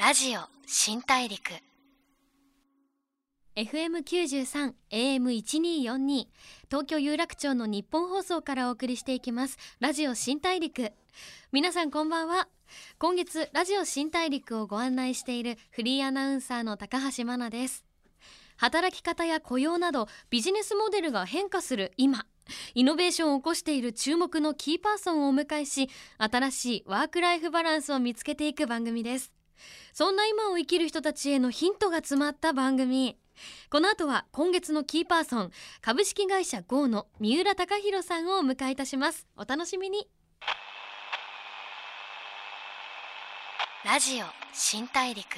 ラジオ新大陸 FM93 AM1242 東京有楽町の日本放送からお送りしていきますラジオ新大陸。皆さんこんばんは。今月ラジオ新大陸をご案内しているフリーアナウンサーの高橋真奈です。働き方や雇用などビジネスモデルが変化する今、イノベーションを起こしている注目のキーパーソンをお迎えし、新しいワークライフバランスを見つけていく番組です。そんな今を生きる人たちへのヒントが詰まった番組。この後は今月のキーパーソン、株式会社 GO の三浦貴大さんをお迎えいたします。お楽しみに。ラジオ新大陸、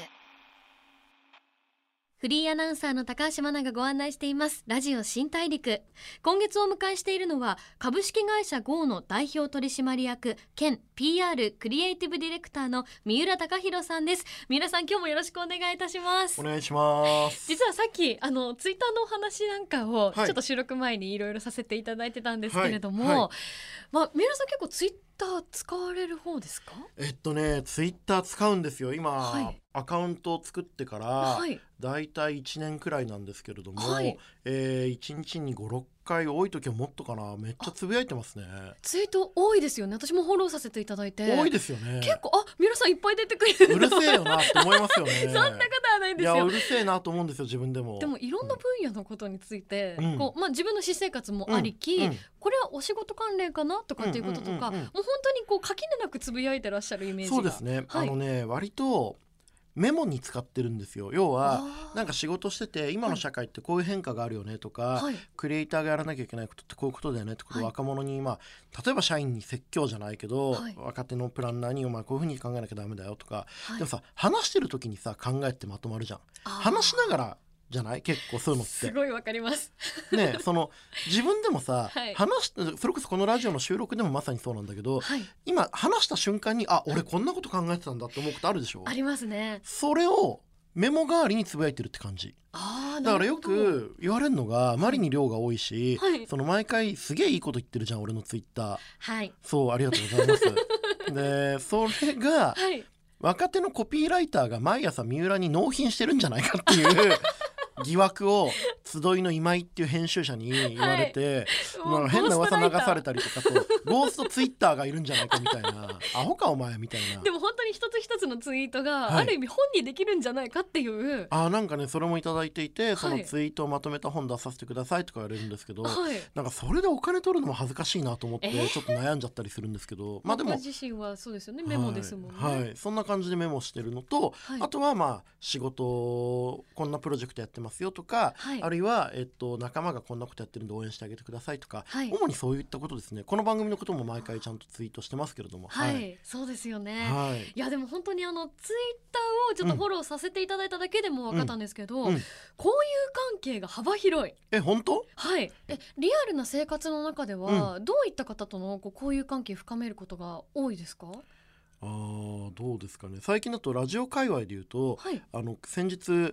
フリーアナウンサーの高橋真奈がご案内していますラジオ新大陸。今月お迎えしているのは株式会社 GO の代表取締役兼 PR クリエイティブディレクターの三浦貴大さんです。三浦さん、今日もよろしくお願いいたします。 お願いします。 実はさっきツイッターのお話なんかをちょっと収録前にいろいろさせていただいてたんですけれども、三浦さん結構ツイッター使われる方ですか？ ツイッター使うんですよ今、アカウントを作ってからだいたい1年くらいなんですけれども、1日に 5,6 回、多い時はもっとかな、めっちゃつぶやいてますね。 ツイート多いですよね。私もフォローさせていただいて。 多いですよね。 結構三浦さんいっぱい出てくれる。 うるせえよなって思いますよね。 そんなことはないんですよ。 いやうるせえなと思うんですよ自分でも。 でもいろんな分野のことについて、自分の私生活もありき、これはお仕事関連かなとかっていうこととか、もう本当に垣根なくつぶやいてらっしゃるイメージが。 そうですね、割とメモに使ってるんですよ。要はなんか仕事してて、今の社会ってこういう変化があるよねとか、クリエイターがやらなきゃいけないことってこういうことだよねってことを若者に、例えば社員に説教じゃないけど、若手のプランナーにお前こういうふうに考えなきゃダメだよとか、でもさ、話してる時にさ考えってまとまるじゃん。話しながらじゃない？結構そういうのってすごいわかりますね。自分でもさ、それこそこのラジオの収録でもまさにそうなんだけど、今話した瞬間に俺こんなこと考えてたんだって思うことあるでしょ？ ありますね。 それをメモ代わりにつぶやいてるって感じ。だからよく言われるのが、あまりに量が多いし、毎回すげえいいこと言ってるじゃん俺のツイッター。そう、ありがとうございますでそれが、若手のコピーライターが毎朝三浦に納品してるんじゃないかっていう疑惑を集いの今井っていう編集者に言われて、変な噂流されたりとかと、ゴーストツイッターがいるんじゃないかみたいな、アホかお前みたいな。 でも本当に一つ一つのツイートが、ある意味本にできるんじゃないかっていう。 なんかね、それもいただいていて、そのツイートをまとめた本出させてくださいとか言われるんですけど、なんかそれでお金取るのも恥ずかしいなと思って、ちょっと悩んじゃったりするんですけど、でも自身はそうですよね、メモですもんね。 そんな感じでメモしてるのと、あとは仕事こんなプロジェクトやってますよとか、あるいは、仲間がこんなことやってるんで応援してあげてくださいとか、主にそういったことですね。この番組のことも毎回ちゃんとツイートしてますけれども、 そうですよね。いやでも本当にツイッターをちょっとフォローさせていただいただけでも分かったんですけど、こういう関係が幅広い。 本当？ リアルな生活の中では、どういった方との交友関係深めることが多いですか？ どうですかね。最近だとラジオ界隈でいうと、先日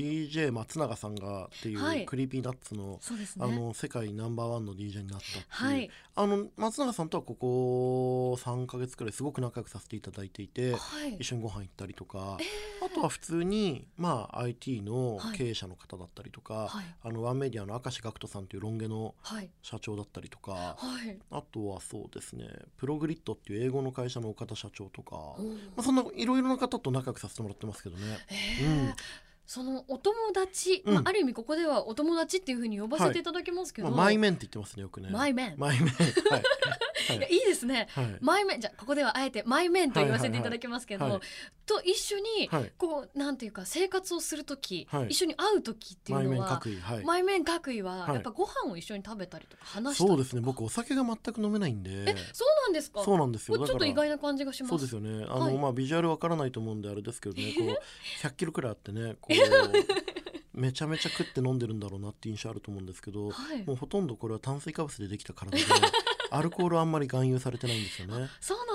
DJ 松永さんがっていうクリーピーナッツの、世界ナンバーワンの DJ になったっていう、松永さんとはここ3ヶ月くらいすごく仲良くさせていただいていて、一緒にご飯行ったりとか、あとは普通にIT の経営者の方だったりとか、ワンメディアの明石学人さんというロン毛の社長だったりとか、あとはそうですね、プログリッドっていう英語の会社の岡田社長とか、そんないろいろな方と仲良くさせてもらってますけどね。 そのお友達、ある意味ここではお友達っていう風に呼ばせていただきますけど、 マイメンって言ってますねよくね。 マイメンいやいいですね、マイメン。じゃあここではあえてマイメンと言わせていただきますけど、と一緒になんていうか生活をするとき、一緒に会うときっていうのはマイメン各位はやっぱご飯を一緒に食べたりとか話したりとか。 そうですね、僕お酒が全く飲めないんで。 そうなんですか？ そうなんですよ。 ちょっと意外な感じがします。 そうですよね。ビジュアルわからないと思うんであれですけどね、100キロくらいあってね、めちゃめちゃ食って飲んでるんだろうなって印象あると思うんですけど、もうほとんどこれは炭水化物でできた体でアルコールあんまり含有されてないんですよね。 そうなん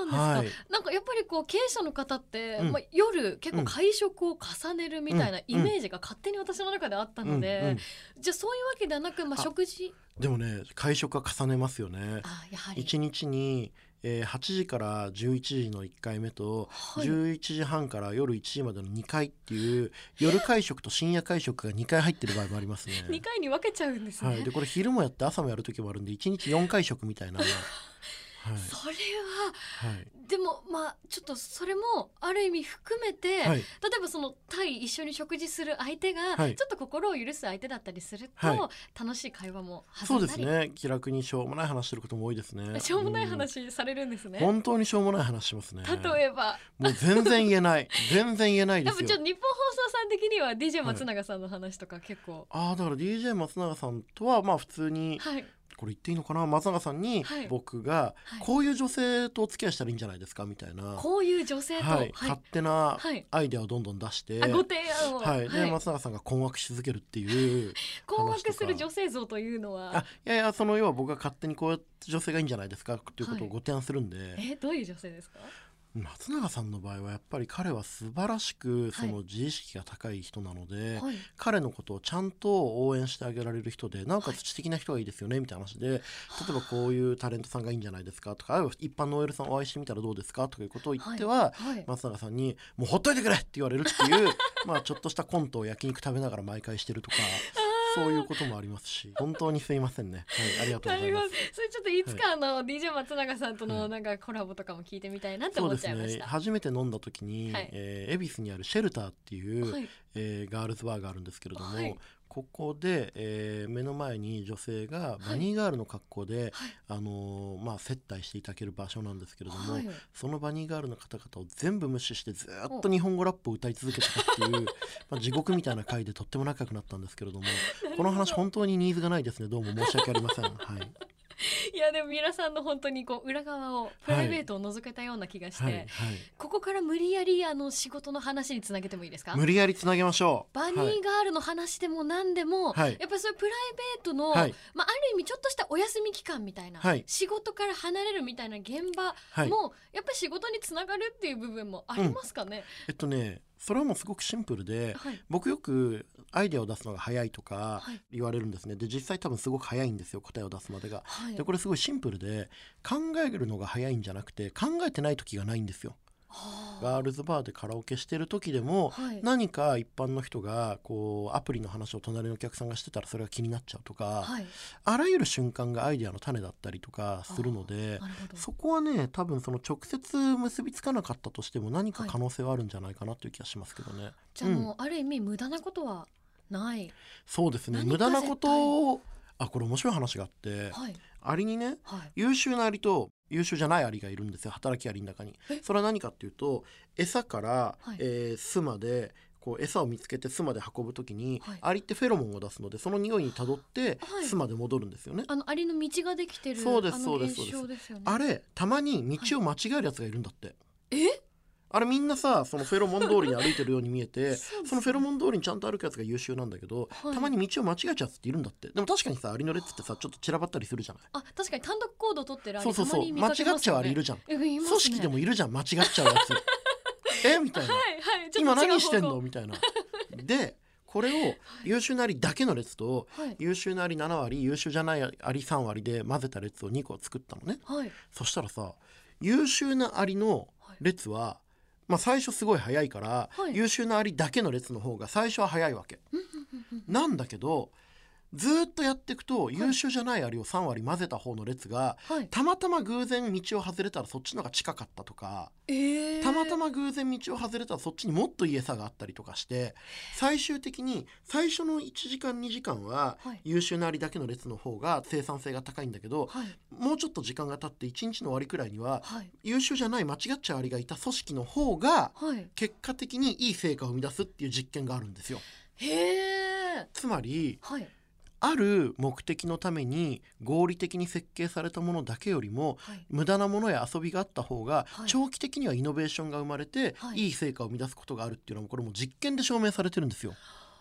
ですか、はい、なんかやっぱりこう経営者の方って、夜結構会食を重ねるみたいなイメージが勝手に私の中であったので、じゃあそういうわけではなく、食事でもね、会食は重ねますよね。 やはり 1日に8時から11時の1回目と、11時半から夜1時までの2回っていう夜会食と深夜会食が2回入ってる場合もありますね。 2回に分けちゃうんですね。 でこれ昼もやって朝もやる時もあるんで1日4回食みたいなそれは、でもちょっとそれもある意味含めて、例えばその対一緒に食事する相手がちょっと心を許す相手だったりすると、楽しい会話もそうですね。気楽にしょうもない話してることも多いですね。 しょうもない話されるんですね。 本当にしょうもない話しますね。 例えばもう全然言えない全然言えないですよ。 やっぱちょっと日本放送さん的には DJ 松永さんの話とか結構、 だから DJ 松永さんとは普通に、これ言っていいのかな、松永さんに僕がこういう女性とお付き合いしたらいいんじゃないですかみたいな、 こういう女性と、 勝手なアイデアをどんどん出して、 ご提案を、 で松永さんが困惑し続けるっていう困惑する女性像というのは、 その要は僕が勝手にこういう女性がいいんじゃないですかということをご提案するんで、 どういう女性ですか？ 松永さんの場合はやっぱり彼は素晴らしくその自意識が高い人なので、彼のことをちゃんと応援してあげられる人で、なおかつ知的な人がいいですよねみたいな話で、例えばこういうタレントさんがいいんじゃないですかとか、一般の OL さんお会いしてみたらどうですかとかいうことを言っては、松永さんにもうほっといてくれって言われるっていうちょっとしたコントを焼肉食べながら毎回してるとかそういうこともありますし、本当にすいませんね。ありがとうございます。 それちょっといつかDJ 松永さんとのなんかコラボとかも聞いてみたいなって思っちゃいました。そうですね。 初めて飲んだ時に、恵比寿にあるシェルターっていう、ガールズバーがあるんですけれども、ここで、目の前に女性がバニーガールの格好で、接待していただける場所なんですけれども、そのバニーガールの方々を全部無視してずっと日本語ラップを歌い続けてたっていう地獄みたいな回でとっても仲良くなったんですけれどもこの話本当にニーズがないですね。どうも申し訳ありません。 いやでも皆さんの本当にこう裏側をプライベートを覗けたような気がして、ここから無理やり仕事の話につなげてもいいですか？ 無理やりつなげましょう。 バニーガールの話でも何でも、やっぱりそういうプライベートの、ある意味ちょっとしたお休み期間みたいな、仕事から離れるみたいな現場も、やっぱり仕事につながるっていう部分もありますかね？ それはもうすごくシンプルで、僕よくアイデアを出すのが早いとか言われるんですね。で実際多分すごく早いんですよ、答えを出すまでが。でこれすごいシンプルで、考えるのが早いんじゃなくて考えてない時がないんですよ。ガールズバーでカラオケしてる時でも、何か一般の人がこうアプリの話を隣のお客さんがしてたらそれが気になっちゃうとか、あらゆる瞬間がアイデアの種だったりとかするので、そこはね多分その直接結びつかなかったとしても何か可能性はあるんじゃないかなという気がしますけどね。 じゃあもうある意味無駄なことはない。 そうですね。無駄なことをこれ面白い話があって、アリにね、優秀なアリと優秀じゃないアリがいるんですよ、働きアリの中に。それは何かっていうと、餌から、巣までこう餌を見つけて巣まで運ぶときに、アリってフェロモンを出すので、その匂いにたどって巣まで戻るんですよね。 アリの道ができてるそうですそうですそうです。あれたまに道を間違えるやつがいるんだって。あれみんなさ、そのフェロモン通りに歩いてるように見えてそのフェロモン通りにちゃんと歩くやつが優秀なんだけど、たまに道を間違えちゃうやつっているんだって。でも確かにさ、アリの列ってさちょっと散らばったりするじゃない。 確かに単独行動取ってるアリたまに見かけますよね。間違っちゃうアリいるじゃん。組織でもいるじゃん、間違っちゃうやつみたいな、今何してんのみたいな。でこれを優秀なアリだけの列と、優秀なアリ7割優秀じゃないアリ3割で混ぜた列を2個作ったのね。そしたらさ、優秀なアリの列は、最初すごい早いから、優秀なアリだけの列の方が最初は早いわけなんだけど、ずっとやっていくと優秀じゃないアリを3割混ぜた方の列が、たまたま偶然道を外れたらそっちの方が近かったとか、たまたま偶然道を外れたらそっちにもっといい餌があったりとかして、最終的に最初の1時間2時間は優秀なアリだけの列の方が生産性が高いんだけど、もうちょっと時間が経って1日の終わりくらいには、優秀じゃない間違っちゃうアリがいた組織の方が結果的にいい成果を生み出すっていう実験があるんですよ。つまり、ある目的のために合理的に設計されたものだけよりも、無駄なものや遊びがあった方が、長期的にはイノベーションが生まれて、いい成果を生み出すことがあるっていうのも、これも実験で証明されてるんですよ。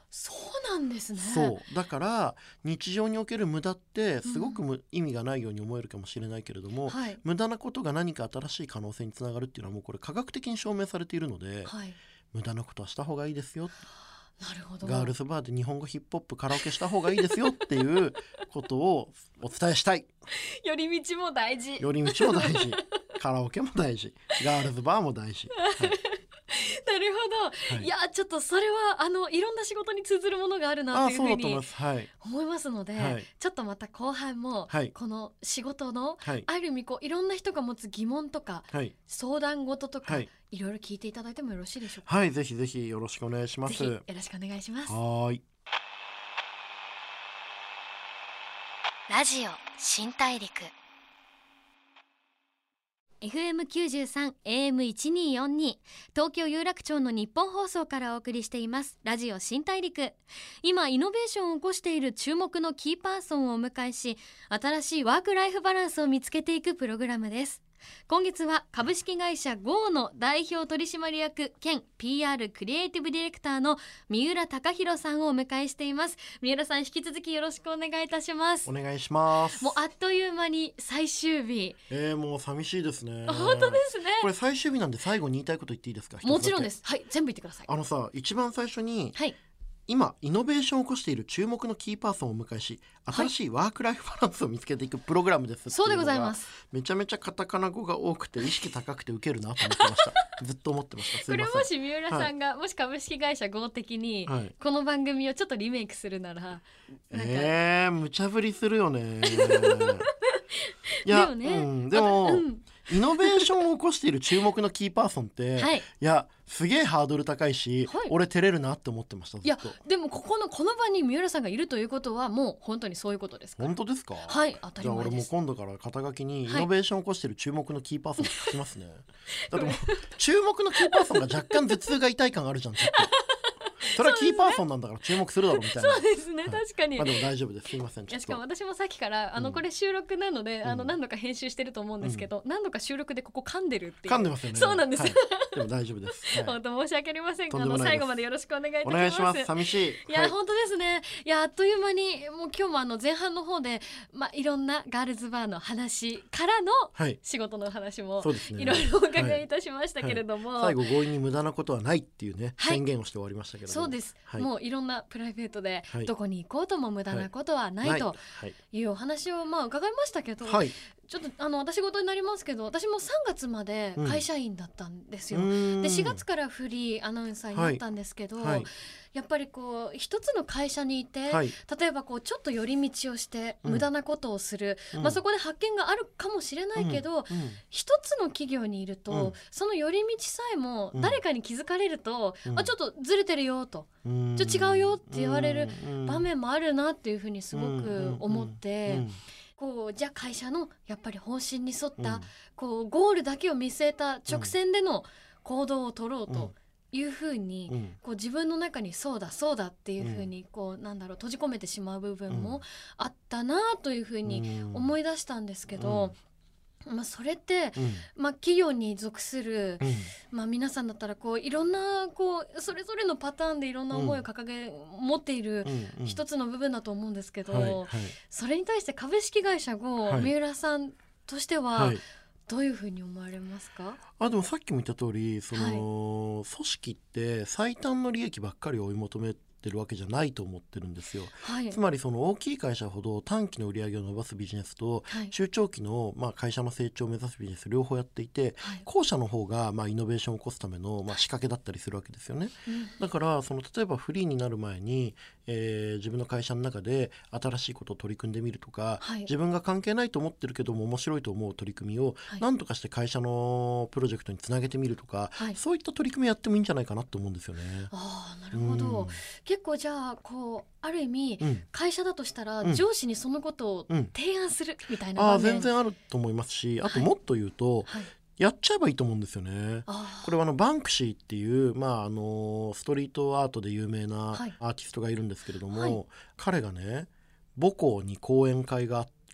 そうなんですね。 そうだから日常における無駄ってすごく意味がないように思えるかもしれないけれども、 はい、 無駄なことが何か新しい可能性につながるっていうのはもうこれ科学的に証明されているので、 はい、 無駄なことはした方がいいですよ。 なるほど。 ガールズバーで日本語ヒップホップカラオケした方がいいですよっていうことをお伝えしたい。 寄り道も大事。 寄り道も大事カラオケも大事、ガールズバーも大事、はいなるほど、はい、いやちょっとそれはいろんな仕事に通ずるものがあるなというふうに思いますので、はい、ちょっとまた後半も、はい、この仕事の、はい、ある意味こういろんな人が持つ疑問とか、はい、相談事とか、はい、いろいろ聞いていただいてもよろしいでしょうか。 はい、ぜひぜひよろしくお願いします。 ぜひよろしくお願いします。 はい。 ラジオ新大陸FM93 AM1242 東京有楽町の日本放送からお送りしていますラジオ新大陸。今イノベーションを起こしている注目のキーパーソンをお迎えし、新しいワークライフバランスを見つけていくプログラムです。今月は株式会社 GO の代表取締役兼 PR クリエイティブディレクターの三浦貴弘さんをお迎えしています。三浦さん、引き続きよろしくお願いいたします。 お願いします。 もうあっという間に最終日。 もう寂しいですね。 本当ですね。 これ最終日なんで最後に言いたいこと言っていいですか。 もちろんです。はい、全部言ってください。 さ、一番最初に、 はい、 今イノベーションを起こしている注目のキーパーソンをお迎えし、新しいワークライフバランスを見つけていくプログラムです。 そうでございます。 めちゃめちゃカタカナ語が多くて意識高くてウケるなと思ってましたずっと思ってました。すいません。 これもし三浦さんが、はい、もし株式会社 GO 的に、はい、この番組をちょっとリメイクするなら無茶ぶりするよねいやでも、イノベーションを起こしている注目のキーパーソンって、はい、いやすげえハードル高いし、はい、俺照れるなって思ってました。ずっと。いやでもこの場に三浦さんがいるということはもう本当にそういうことですから。 本当ですか。 はい、当たり前です。 じゃあ俺も今度から肩書きにイノベーションを起こしている注目のキーパーソンって書きますね、はい、だってもう注目のキーパーソンが若干頭痛が痛い感あるじゃんちょっとそれはキーパーソンなんだから注目するだろうみたいな。 そうですね、はい、確かに。 でも大丈夫です。すいません。 いやしかも私もさっきからこれ収録なので、何度か編集してると思うんですけど、何度か収録でここ噛んでるっていう。 噛んでますよね。 そうなんです、はい、 でも大丈夫です、はい、 本当申し訳ありませんが最後までよろしくお願いいたします。 お願いします。寂しい。 いや、はい、本当ですね。いやあっという間にもう今日も前半の方で、いろんなガールズバーの話からの仕事の話もいろいろお伺いいたしましたけれども、 最後強引に無駄なことはないっていうね、宣言をして終わりましたけども。 そうです、もういろんなプライベートでどこに行こうとも無駄なことはないというお話を伺いましたけど、ちょっと私事になりますけど、私も3月まで会社員だったんですよ、で4月からフリーアナウンサーになったんですけど、やっぱりこう一つの会社にいて、例えばこうちょっと寄り道をして無駄なことをする、そこで発見があるかもしれないけど、一つの企業にいると、その寄り道さえも誰かに気づかれると、ちょっとずれてるよと、ちょっと違うよって言われる場面もあるなっていうふうにすごく思って、こうじゃあ会社のやっぱり方針に沿った、こうゴールだけを見据えた直線での行動を取ろうというふうに、こう自分の中にそうだそうだっていうふうにこう閉じ込めてしまう部分もあったなというふうに思い出したんですけど、それって、企業に属する、皆さんだったらこういろんなこうそれぞれのパターンでいろんな思いを持っている一つの部分だと思うんですけど、それに対して株式会社 GO、三浦さんとしては、どういうふうに思われますか。 でもさっきも言った通り、その、組織って最短の利益ばっかり追い求めてるわけじゃないと思ってるんですよ、つまりその大きい会社ほど短期の売り上げを伸ばすビジネスと、中長期の会社の成長を目指すビジネス両方やっていて、後者の方がイノベーションを起こすための仕掛けだったりするわけですよね、だからその例えばフリーになる前に、自分の会社の中で新しいことを取り組んでみるとか、自分が関係ないと思ってるけども面白いと思う取り組みを何とかして会社のプロジェクトにつなげてみるとか、そういった取り組みやってもいいんじゃないかなと思うんですよね。 なるほど、結構じゃあこうある意味、会社だとしたら、上司にそのことを提案するみたいな場面、 全然あると思いますし、あともっと言うと、やっちゃえばいいと思うんですよね。これはバンクシーっていう、ストリートアートで有名なアーティストがいるんですけれども、彼がね母校に講演会が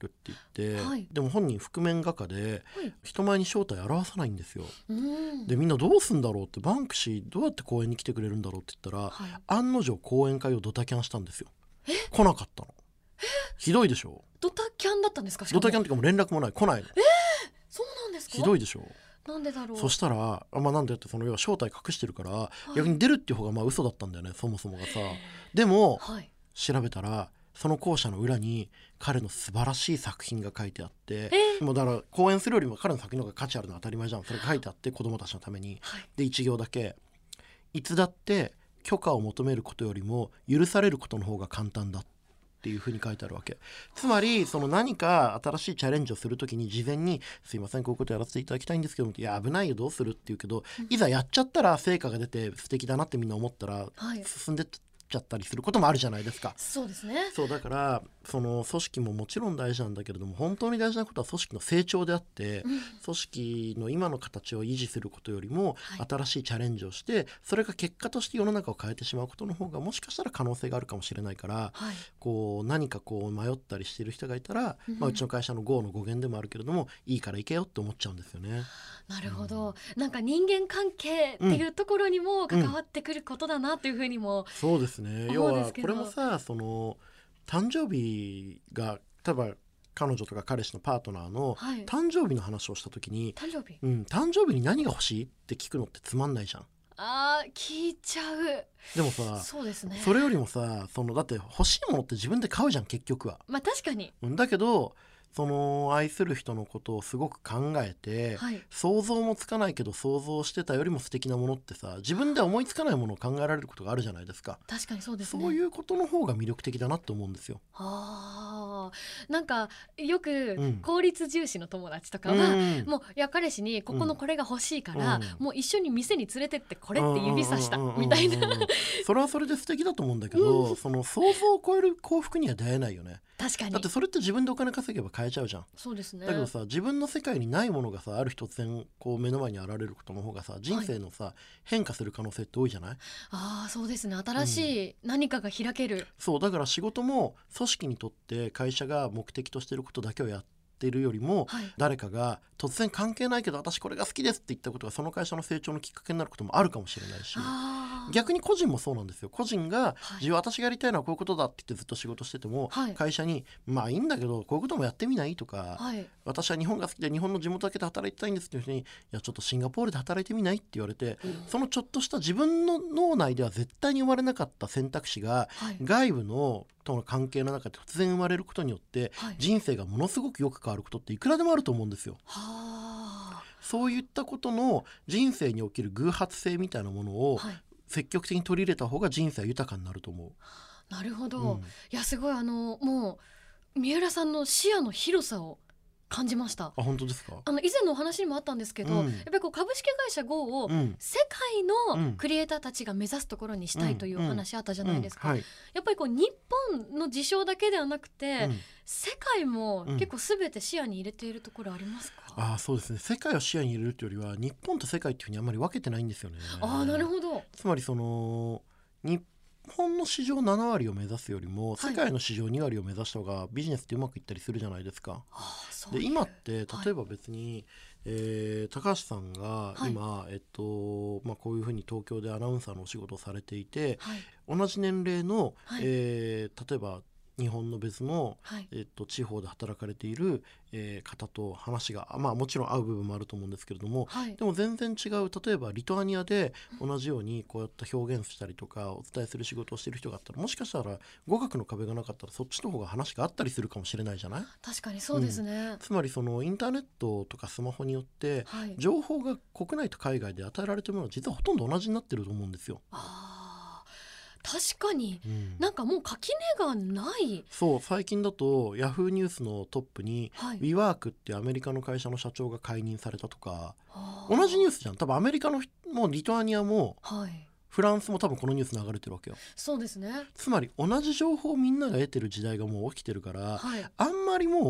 るって言って、でも本人覆面画家で、人前に正体表さないんですよ。でみんなどうすんだろうって、バンクシーどうやって公演に来てくれるんだろうって言ったら、案の定講演会をドタキャンしたんですよ。来なかったの。ひどいでしょ。 ドタキャンだったんですか？ ドタキャンっていうかもう連絡もない、来ないの。 そうなんですか？ ひどいでしょ。 なんでだろう。 そしたらなんでって、要は正体隠してるから、逆に出るっていう方が嘘だったんだよね、そもそもがさ。でも、調べたらその校舎の裏に彼の素晴らしい作品が書いてあって、もうだから講演するよりも彼の作品の方が価値あるのは当たり前じゃん。それが書いてあって、子供たちのために、で一行だけ、いつだって許可を求めることよりも許されることの方が簡単だっていう風に書いてあるわけ。つまり何か新しいチャレンジをするときに事前にすいませんこういうことやらせていただきたいんですけど、いや危ないよどうするって言うけど、いざやっちゃったら成果が出て素敵だなってみんな思ったら、進んでっちゃったりすることもあるじゃないですか。 そうですね。 そうだから組織ももちろん大事なんだけれども、本当に大事なことは組織の成長であって、組織の今の形を維持することよりも、新しいチャレンジをしてそれが結果として世の中を変えてしまうことの方がもしかしたら可能性があるかもしれないから、何か迷ったりしている人がいたら、うちの会社の GO の語源でもあるけれども、いいから行けよって思っちゃうんですよね。 なるほど、なんか人間関係っていうところにも関わってくることだなというふうにも、 そうですね。要はこれもさ、誕生日が例えば彼女とか彼氏のパートナーの誕生日の話をした時に、誕生日に何が欲しいって聞くのってつまんないじゃん。 聞いちゃう。 でもさ、 そうですね、 それよりもさ、だって欲しいものって自分で買うじゃん結局は。 確かに。 だけど愛する人のことをすごく考えて、想像もつかないけど想像してたよりも素敵なものってさ、自分では思いつかないものを考えられることがあるじゃないですか。 確かにそうですね。 そういうことの方が魅力的だなって思うんですよ。 なんかよく効率重視の友達とかは、もういや彼氏にここのこれが欲しいから、もう一緒に店に連れてってこれって指さしたみたいな、 それはそれで素敵だと思うんだけど、想像を超える幸福には出会えないよね。 確かに。 だってそれって自分でお金稼げば買えちゃうじゃん。 そうですね。 だけどさ、自分の世界にないものがさ、ある日突然目の前に現れることの方がさ、人生のさ、変化する可能性って多いじゃない？ そうですね。新しい何かが開ける。 そうだから仕事も組織にとって会社が目的としていることだけをやっているよりも、誰かが突然関係ないけど私これが好きですって言ったことがその会社の成長のきっかけになることもあるかもしれないし、逆に個人もそうなんですよ。個人が、私がやりたいのはこういうことだって言ってずっと仕事してても、会社にいいんだけどこういうこともやってみないとか、私は日本が好きで日本の地元だけで働いてたいんですっていう人に、いやちょっとシンガポールで働いてみないって言われて、そのちょっとした自分の脳内では絶対に生まれなかった選択肢が、外部のとの関係の中で突然生まれることによって、人生がものすごくよく変わることっていくらでもあると思うんですよ。そういったことの人生における偶発性みたいなものを積極的に取り入れた方が人生は豊かになると思う。 なるほど、いやすごいもう三浦さんの視野の広さを感じました。 本当ですか？ 以前のお話にもあったんですけど、やっぱり株式会社 GO を世界のクリエイターたちが目指すところにしたいというお話あったじゃないですか。やっぱり日本の事象だけではなくて、世界も結構全て視野に入れているところありますか？ そうですね。世界を視野に入れるというよりは日本と世界っていうふうにあんまり分けてないんですよね。 なるほど。 つまり日本の市場7割を目指すよりも世界の市場2割を目指した方がビジネスってうまくいったりするじゃないですか。で今って例えば別に、高橋さんが今、こういうふうに東京でアナウンサーのお仕事をされていて、同じ年齢の、例えば日本の別の、地方で働かれている、方と話が、もちろん合う部分もあると思うんですけれども、でも全然違う、例えばリトアニアで同じようにこうやって表現したりとかお伝えする仕事をしている人があったら、もしかしたら語学の壁がなかったらそっちの方が話があったりするかもしれないじゃない？ 確かにそうですね。 つまりインターネットとかスマホによって、情報が国内と海外で与えられているものは実はほとんど同じになってると思うんですよ。 確かに、なんかもう垣根がない。 そう最近だとヤフーニュースのトップに、WeWork ってアメリカの会社の社長が解任されたとか、同じニュースじゃん。多分アメリカのもリトアニアも、フランスも多分このニュース流れてるわけよ。 そうですね。 つまり同じ情報をみんなが得てる時代がもう起きてるから、あんまりもう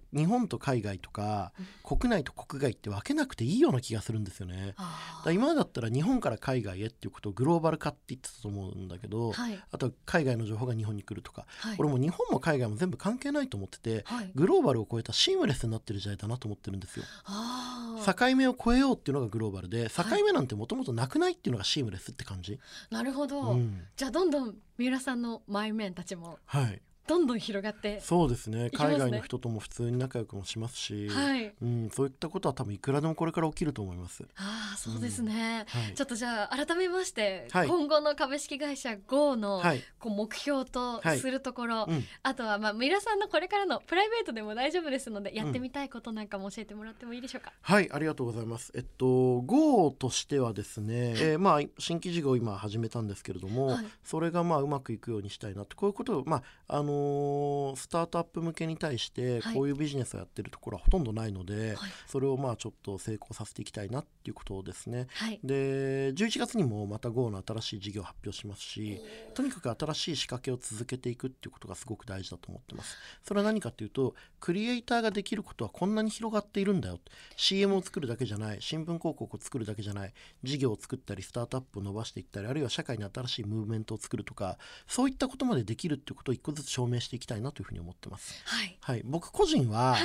日本と海外とか、国内と国外って分けなくていいような気がするんですよね。だから今だったら日本から海外へっていうことをグローバル化って言ってたと思うんだけど、あと海外の情報が日本に来るとか、俺も日本も海外も全部関係ないと思ってて、グローバルを超えたシームレスになってる時代だなと思ってるんですよ。境目を越えようっていうのがグローバルで、境目なんてもともとなくないっていうのがシームレスって感じ。 なるほど、じゃあどんどん三浦さんのマイメンたちもどんどん広がって、 そうですね、海外の人とも普通に仲良くもしますし、そういったことは多分いくらでもこれから起きると思います。 そうですね、ちょっとじゃあ改めまして、今後の株式会社 GO のこう目標とするところ、あとは三浦さんのこれからのプライベートでも大丈夫ですので、やってみたいことなんかも教えてもらってもいいでしょうか。 はい、ありがとうございます。GO としてはですね、新規事業を今始めたんですけれども、それがうまくいくようにしたいなって、こういうことをスタートアップ向けに対してこういうビジネスをやってるところはほとんどないので、それをちょっと成功させていきたいなっていうことですね。で11月にもまた GO の新しい事業を発表しますし、とにかく新しい仕掛けを続けていくっていうことがすごく大事だと思ってます。それは何かっていうと、クリエイターができることはこんなに広がっているんだよ。 CM を作るだけじゃない、新聞広告を作るだけじゃない、事業を作ったりスタートアップを伸ばしていったり、あるいは社会に新しいムーブメントを作るとか、そういったことまでできるっていうことを一個ずつ証明していきたいなというふうに思ってます。僕個人は、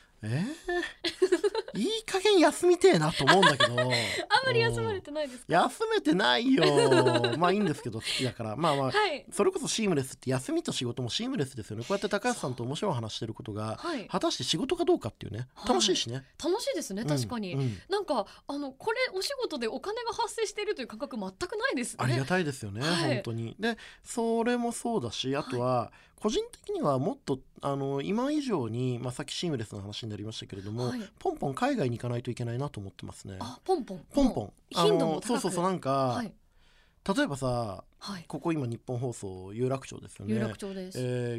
いい加減休みてえなと思うんだけどあんまり休まれてないですか？ 休めてないよいいんですけど、好きだからそれこそシームレスって、休みと仕事もシームレスですよね。こうやって高橋さんと面白い話してることが、果たして仕事かどうかっていうね、楽しいしね、 楽しいですね。確かに、なんかこれお仕事でお金が発生しているという感覚全くないですね。 ありがたいですよね、本当に。でそれもそうだし、あとは、個人的にはもっと今以上に、さっきシームレスの話になりましたけれども、ポンポン海外に行かないといけないなと思ってますね。 ポンポン頻度も高く、そうなんか、例えばさ、ここ今日本放送有楽町ですよね。 有楽町です。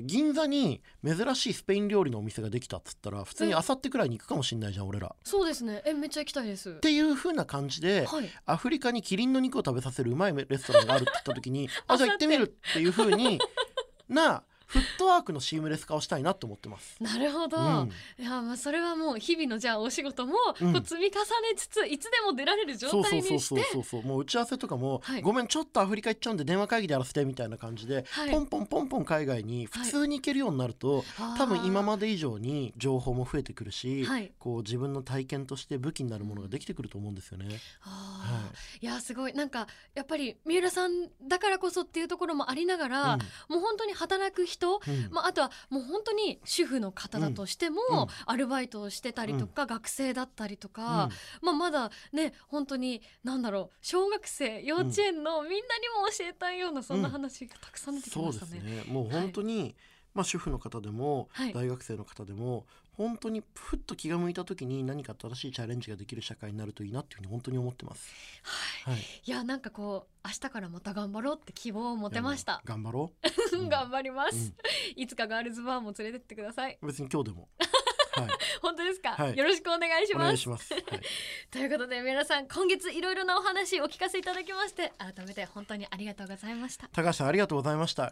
銀座に珍しいスペイン料理のお店ができたっつったら、普通にあさってくらいに行くかもしれないじゃん、俺ら。 そうですね、めっちゃ行きたいですっていう風な感じで、アフリカにキリンの肉を食べさせるうまいレストランがあるって言った時にじゃあ行ってみるっていう風にフットワークのシームレス化をしたいなと思ってます。 なるほど、いやそれはもう日々のじゃあお仕事も積み重ねつつ、いつでも出られる状態にして、 もう打ち合わせとかも、ごめんちょっとアフリカ行っちゃうんで電話会議でやらせてみたいな感じで、ポンポンポンポン海外に普通に行けるようになると、多分今まで以上に情報も増えてくるし、こう自分の体験として武器になるものができてくると思うんですよね。 いやすごい、なんかやっぱり三浦さんだからこそっていうところもありながら、もう本当に働く人、あとはもう本当に主婦の方だとしても、アルバイトをしてたりとか、学生だったりとか、まだね本当に小学生幼稚園のみんなにも教えたいような、そんな話がたくさん出てきましたね。 そうですね、もう本当に、主婦の方でも、大学生の方でも本当にふっと気が向いた時に何か新しいチャレンジができる社会になるといいなっていうふうに本当に思ってます。 いやなんかこう明日からまた頑張ろうって希望を持てました。 頑張ろう頑張ります、いつかガールズバーも連れてってください。 別に今日でも本当ですか、よろしくお願いします。 お願いします、 ということで皆さん、今月いろいろなお話お聞かせいただきまして、改めて本当にありがとうございました。 高橋さんありがとうございました。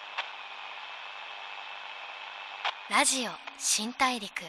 ラジオ新大陸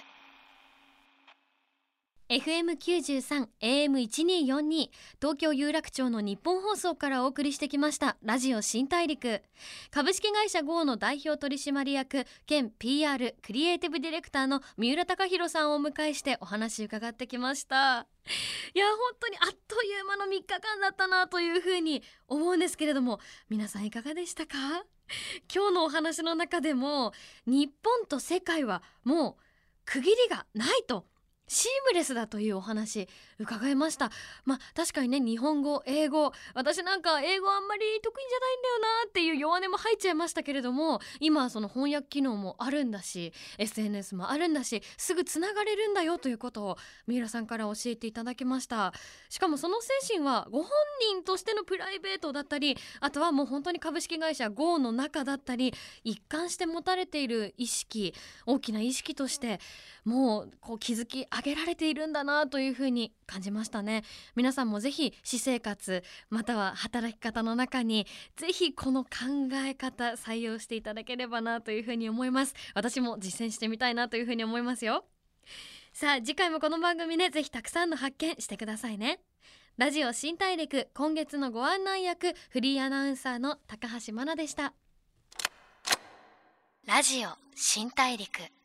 FM93 AM1242 東京有楽町の日本放送からお送りしてきましたラジオ新大陸。株式会社 GO の代表取締役兼 PR クリエイティブディレクターの三浦貴大さんをお迎えしてお話伺ってきました。いや本当にあっという間の3日間だったなというふうに思うんですけれども、皆さんいかがでしたか？今日のお話の中でも日本と世界はもう区切りがないと、シームレスだというお話伺いました。確かにね、日本語英語、私なんか英語あんまり得意じゃないんだよなっていう弱音も入っちゃいましたけれども、今はその翻訳機能もあるんだし SNS もあるんだし、すぐつながれるんだよということを三浦さんから教えていただきました。しかもその精神はご本人としてのプライベートだったり、あとはもう本当に株式会社 GO の中だったり、一貫して持たれている意識、大きな意識としてもうこう築き上げられているんだなというふうに感じましたね。皆さんもぜひ私生活または働き方の中にぜひこの考え方採用していただければなというふうに思います。私も実践してみたいなというふうに思いますよ。さあ次回もこの番組でぜひたくさんの発見してくださいね。ラジオ新大陸、今月のご案内役フリーアナウンサーの高橋真奈でした。ラジオ新大陸。